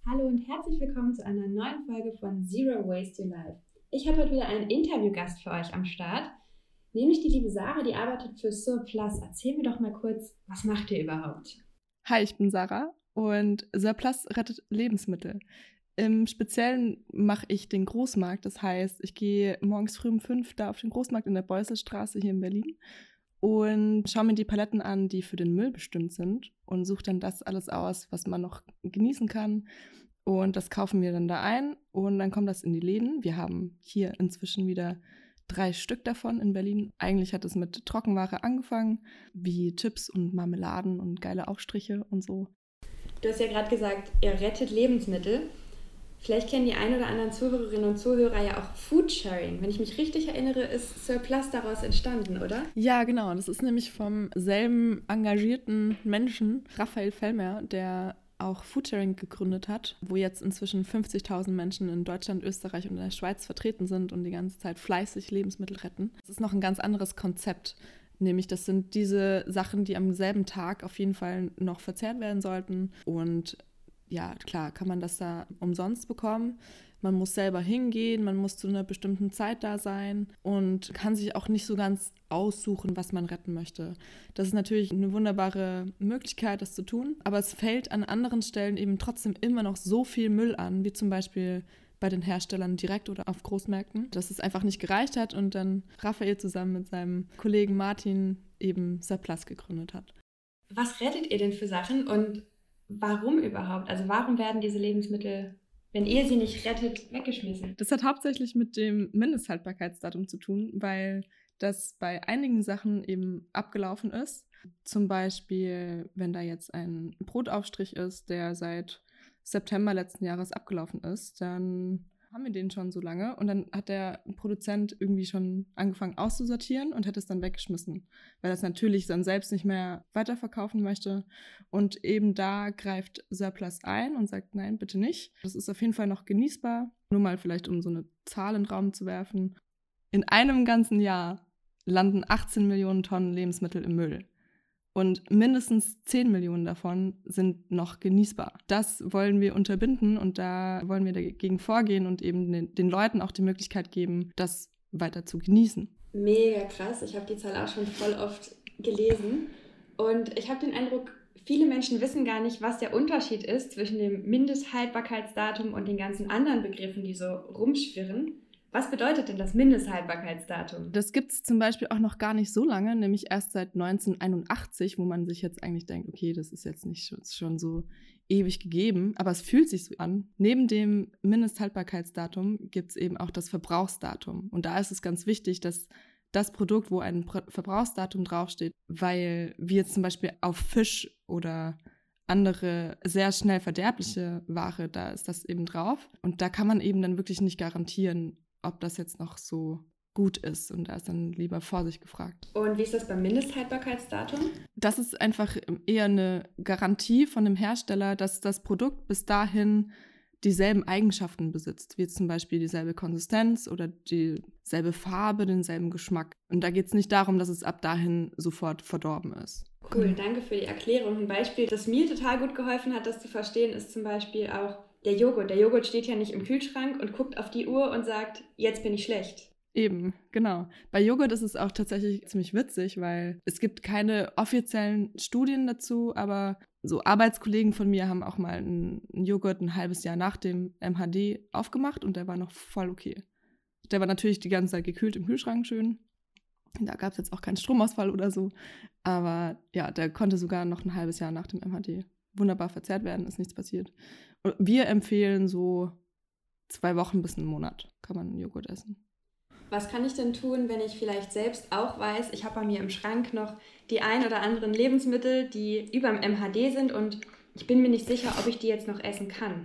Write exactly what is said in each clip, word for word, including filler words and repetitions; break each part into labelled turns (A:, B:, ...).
A: Hallo und herzlich willkommen zu einer neuen Folge von Zero Waste Your Life. Ich habe heute wieder einen Interviewgast für euch am Start, nämlich die liebe Sarah, die arbeitet für Surplus. Erzähl mir doch mal kurz, was macht ihr überhaupt?
B: Hi, ich bin Sarah und Surplus rettet Lebensmittel. Im Speziellen mache ich den Großmarkt, das heißt, ich gehe morgens früh um fünf da auf den Großmarkt in der Beuselstraße hier in Berlin und schaue mir die Paletten an, die für den Müll bestimmt sind und suche dann das alles aus, was man noch genießen kann. Und das kaufen wir dann da ein und dann kommt das in die Läden. Wir haben hier inzwischen wieder drei Stück davon in Berlin. Eigentlich hat es mit Trockenware angefangen, wie Chips und Marmeladen und geile Aufstriche und so.
A: Du hast ja gerade gesagt, ihr rettet Lebensmittel. Vielleicht kennen die ein oder anderen Zuhörerinnen und Zuhörer ja auch Foodsharing. Wenn ich mich richtig erinnere, ist Surplus daraus entstanden, oder?
B: Ja, genau. Das ist nämlich vom selben engagierten Menschen, Raphael Fellmer, der auch Foodsharing gegründet hat, wo jetzt inzwischen fünfzigtausend Menschen in Deutschland, Österreich und in der Schweiz vertreten sind und die ganze Zeit fleißig Lebensmittel retten. Das ist noch ein ganz anderes Konzept, nämlich das sind diese Sachen, die am selben Tag auf jeden Fall noch verzehrt werden sollten. Und ja, klar, kann man das da umsonst bekommen. Man muss selber hingehen, man muss zu einer bestimmten Zeit da sein und kann sich auch nicht so ganz aussuchen, was man retten möchte. Das ist natürlich eine wunderbare Möglichkeit, das zu tun, aber es fällt an anderen Stellen eben trotzdem immer noch so viel Müll an, wie zum Beispiel bei den Herstellern direkt oder auf Großmärkten, dass es einfach nicht gereicht hat und dann Raphael zusammen mit seinem Kollegen Martin eben Surplus gegründet hat.
A: Was rettet ihr denn für Sachen und warum überhaupt? Also warum werden diese Lebensmittel, wenn ihr sie nicht rettet, weggeschmissen?
B: Das hat hauptsächlich mit dem Mindesthaltbarkeitsdatum zu tun, weil das bei einigen Sachen eben abgelaufen ist. Zum Beispiel, wenn da jetzt ein Brotaufstrich ist, der seit September letzten Jahres abgelaufen ist, dann haben wir den schon so lange und dann hat der Produzent irgendwie schon angefangen auszusortieren und hat es dann weggeschmissen, weil er es natürlich dann selbst nicht mehr weiterverkaufen möchte. Und eben da greift Surplus ein und sagt, nein, bitte nicht. Das ist auf jeden Fall noch genießbar, nur mal vielleicht um so eine Zahl in den Raum zu werfen. In einem ganzen Jahr landen achtzehn Millionen Tonnen Lebensmittel im Müll. Und mindestens zehn Millionen davon sind noch genießbar. Das wollen wir unterbinden und da wollen wir dagegen vorgehen und eben den, den Leuten auch die Möglichkeit geben, das weiter zu genießen.
A: Mega krass, ich habe die Zahl auch schon voll oft gelesen und ich habe den Eindruck, viele Menschen wissen gar nicht, was der Unterschied ist zwischen dem Mindesthaltbarkeitsdatum und den ganzen anderen Begriffen, die so rumschwirren. Was bedeutet denn das Mindesthaltbarkeitsdatum?
B: Das gibt es zum Beispiel auch noch gar nicht so lange, nämlich erst seit neunzehnhunderteinundachtzig, wo man sich jetzt eigentlich denkt, okay, das ist jetzt nicht schon so ewig gegeben, aber es fühlt sich so an. Neben dem Mindesthaltbarkeitsdatum gibt es eben auch das Verbrauchsdatum. Und da ist es ganz wichtig, dass das Produkt, wo ein Verbrauchsdatum draufsteht, weil wir jetzt zum Beispiel auf Fisch oder andere sehr schnell verderbliche Ware, da ist das eben drauf. Und da kann man eben dann wirklich nicht garantieren, ob das jetzt noch so gut ist. Und da ist dann lieber Vorsicht gefragt.
A: Und wie ist das beim Mindesthaltbarkeitsdatum?
B: Das ist einfach eher eine Garantie von dem Hersteller, dass das Produkt bis dahin dieselben Eigenschaften besitzt, wie zum Beispiel dieselbe Konsistenz oder dieselbe Farbe, denselben Geschmack. Und da geht es nicht darum, dass es ab dahin sofort verdorben ist.
A: Cool, danke für die Erklärung. Ein Beispiel, das mir total gut geholfen hat, das zu verstehen, ist zum Beispiel auch der Joghurt. Der Joghurt steht ja nicht im Kühlschrank und guckt auf die Uhr und sagt, jetzt bin ich schlecht.
B: Eben, genau. Bei Joghurt ist es auch tatsächlich ziemlich witzig, weil es gibt keine offiziellen Studien dazu, aber so Arbeitskollegen von mir haben auch mal einen Joghurt ein halbes Jahr nach dem M H D aufgemacht und der war noch voll okay. Der war natürlich die ganze Zeit gekühlt im Kühlschrank schön. Da gab es jetzt auch keinen Stromausfall oder so. Aber ja, der konnte sogar noch ein halbes Jahr nach dem M H D wunderbar verzehrt werden, ist nichts passiert. Und wir empfehlen so zwei Wochen bis einen Monat kann man einen Joghurt essen.
A: Was kann ich denn tun, wenn ich vielleicht selbst auch weiß, ich habe bei mir im Schrank noch die ein oder anderen Lebensmittel, die über dem M H D sind und ich bin mir nicht sicher, ob ich die jetzt noch essen kann?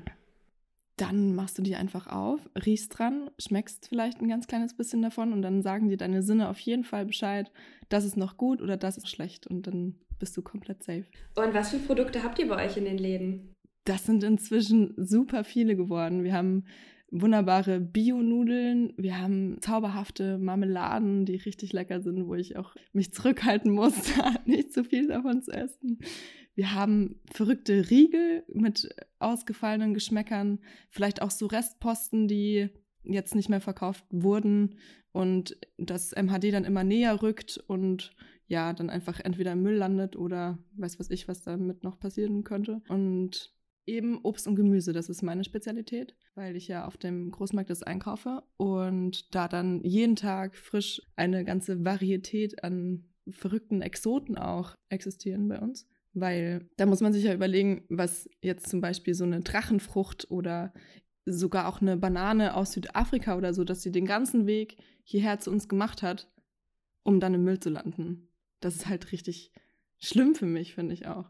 B: Dann machst du die einfach auf, riechst dran, schmeckst vielleicht ein ganz kleines bisschen davon und dann sagen dir deine Sinne auf jeden Fall Bescheid, das ist noch gut oder das ist schlecht und dann bist du komplett safe.
A: Und was für Produkte habt ihr bei euch in den Läden?
B: Das sind inzwischen super viele geworden. Wir haben wunderbare Bio-Nudeln, wir haben zauberhafte Marmeladen, die richtig lecker sind, wo ich auch mich zurückhalten muss, nicht zu viel davon zu essen. Wir haben verrückte Riegel mit ausgefallenen Geschmäckern, vielleicht auch so Restposten, die jetzt nicht mehr verkauft wurden und das M H D dann immer näher rückt und ja, dann einfach entweder im Müll landet oder weiß was ich, was damit noch passieren könnte. Und eben Obst und Gemüse, das ist meine Spezialität, weil ich ja auf dem Großmarkt das einkaufe und da dann jeden Tag frisch eine ganze Varietät an verrückten Exoten auch existieren bei uns. Weil da muss man sich ja überlegen, was jetzt zum Beispiel so eine Drachenfrucht oder sogar auch eine Banane aus Südafrika oder so, dass sie den ganzen Weg hierher zu uns gemacht hat, um dann im Müll zu landen. Das ist halt richtig schlimm für mich, finde ich auch.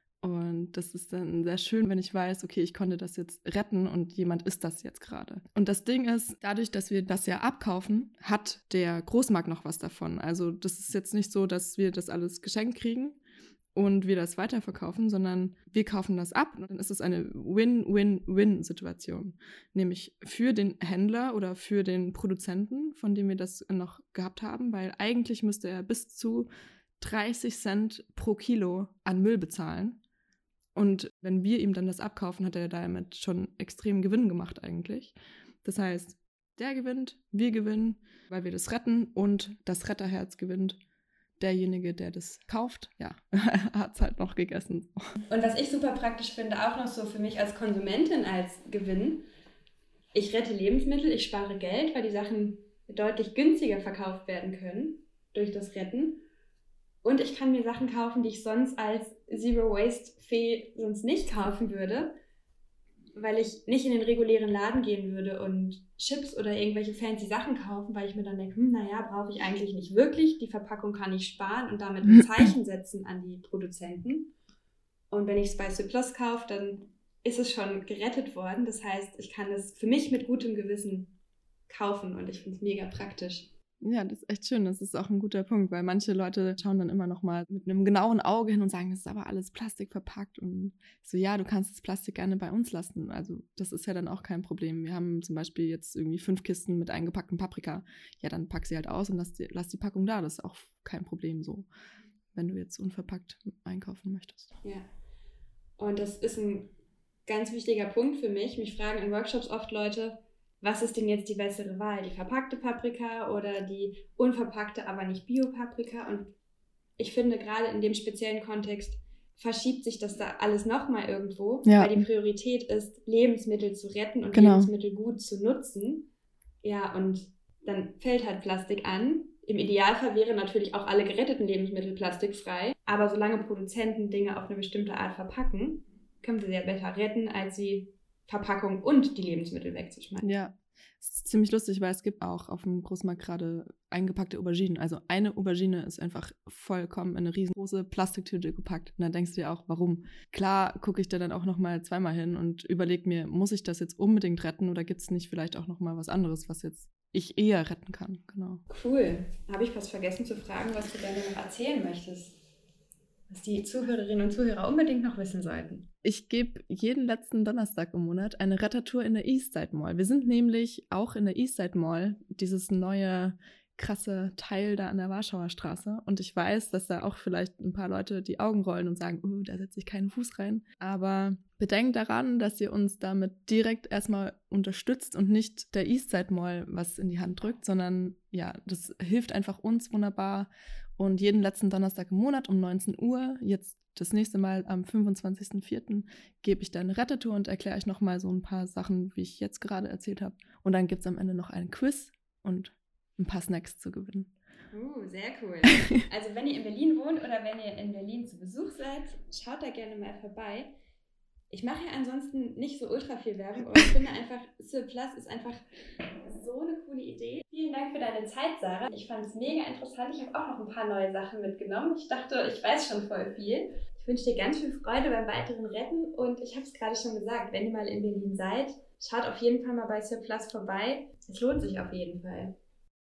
B: Und das ist dann sehr schön, wenn ich weiß, okay, ich konnte das jetzt retten und jemand isst das jetzt gerade. Und das Ding ist, dadurch, dass wir das ja abkaufen, hat der Großmarkt noch was davon. Also das ist jetzt nicht so, dass wir das alles geschenkt kriegen und wir das weiterverkaufen, sondern wir kaufen das ab und dann ist es eine Win-Win-Win-Situation. Nämlich für den Händler oder für den Produzenten, von dem wir das noch gehabt haben, weil eigentlich müsste er bis zu dreißig Cent pro Kilo an Müll bezahlen. Und wenn wir ihm dann das abkaufen, hat er damit schon extremen Gewinn gemacht eigentlich. Das heißt, der gewinnt, wir gewinnen, weil wir das retten und das Retterherz gewinnt. Derjenige, der das kauft, ja, hat es halt noch gegessen.
A: Und was ich super praktisch finde, auch noch so für mich als Konsumentin als Gewinn, ich rette Lebensmittel, ich spare Geld, weil die Sachen deutlich günstiger verkauft werden können durch das Retten. Und ich kann mir Sachen kaufen, die ich sonst als Zero-Waste-Fee sonst nicht kaufen würde, weil ich nicht in den regulären Laden gehen würde und Chips oder irgendwelche fancy Sachen kaufen, weil ich mir dann denke, hm, naja, brauche ich eigentlich nicht wirklich. Die Verpackung kann ich sparen und damit ein Zeichen setzen an die Produzenten. Und wenn ich es bei Surplus kaufe, dann ist es schon gerettet worden. Das heißt, ich kann es für mich mit gutem Gewissen kaufen und ich finde es mega praktisch.
B: Ja, das ist echt schön. Das ist auch ein guter Punkt, weil manche Leute schauen dann immer noch mal mit einem genauen Auge hin und sagen, das ist aber alles Plastik verpackt. Und so, ja, du kannst das Plastik gerne bei uns lassen. Also das ist ja dann auch kein Problem. Wir haben zum Beispiel jetzt irgendwie fünf Kisten mit eingepacktem Paprika. Ja, dann pack sie halt aus und lass die, lass die Packung da. Das ist auch kein Problem so, wenn du jetzt unverpackt einkaufen möchtest.
A: Ja, und das ist ein ganz wichtiger Punkt für mich. Mich fragen in Workshops oft Leute, was ist denn jetzt die bessere Wahl? Die verpackte Paprika oder die unverpackte, aber nicht Bio-Paprika? Und ich finde, gerade in dem speziellen Kontext verschiebt sich das da alles nochmal irgendwo, ja. Weil die Priorität ist, Lebensmittel zu retten und genau. Lebensmittel gut zu nutzen. Ja, und dann fällt halt Plastik an. Im Idealfall wären natürlich auch alle geretteten Lebensmittel plastikfrei. Aber solange Produzenten Dinge auf eine bestimmte Art verpacken, können wir sie ja besser retten, als sie Verpackung und die Lebensmittel wegzuschmeißen.
B: Ja, es ist ziemlich lustig, weil es gibt auch auf dem Großmarkt gerade eingepackte Auberginen. Also eine Aubergine ist einfach vollkommen in eine riesengroße Plastiktüte gepackt. Und dann denkst du dir auch, warum? Klar gucke ich da dann auch nochmal zweimal hin und überlege mir, muss ich das jetzt unbedingt retten oder gibt es nicht vielleicht auch nochmal was anderes, was jetzt ich eher retten kann? Genau.
A: Cool. Habe ich fast vergessen zu fragen, was du gerne noch erzählen möchtest, was die Zuhörerinnen und Zuhörer unbedingt noch wissen sollten.
B: Ich gebe jeden letzten Donnerstag im Monat eine Rettertour in der Eastside Mall. Wir sind nämlich auch in der Eastside Mall, dieses neue krasse Teil da an der Warschauer Straße. Und ich weiß, dass da auch vielleicht ein paar Leute die Augen rollen und sagen, oh, da setze ich keinen Fuß rein. Aber bedenkt daran, dass ihr uns damit direkt erstmal unterstützt und nicht der Eastside Mall was in die Hand drückt, sondern ja, das hilft einfach uns wunderbar. Und jeden letzten Donnerstag im Monat um neunzehn Uhr, jetzt das nächste Mal am fünfundzwanzigsten vierten gebe ich dann eine Rettertour und erkläre euch nochmal so ein paar Sachen, wie ich jetzt gerade erzählt habe. Und dann gibt es am Ende noch einen Quiz und ein paar Snacks zu gewinnen.
A: Uh, sehr cool. Also wenn ihr in Berlin wohnt oder wenn ihr in Berlin zu Besuch seid, schaut da gerne mal vorbei. Ich mache ja ansonsten nicht so ultra viel Werbung, aber ich finde einfach, Surplus ist einfach so eine coole Idee. Vielen Dank für deine Zeit, Sarah. Ich fand es mega interessant. Ich habe auch noch ein paar neue Sachen mitgenommen. Ich dachte, ich weiß schon voll viel. Ich wünsche dir ganz viel Freude beim weiteren Retten und ich habe es gerade schon gesagt, wenn ihr mal in Berlin seid, schaut auf jeden Fall mal bei Surplus vorbei. Es lohnt sich auf jeden Fall.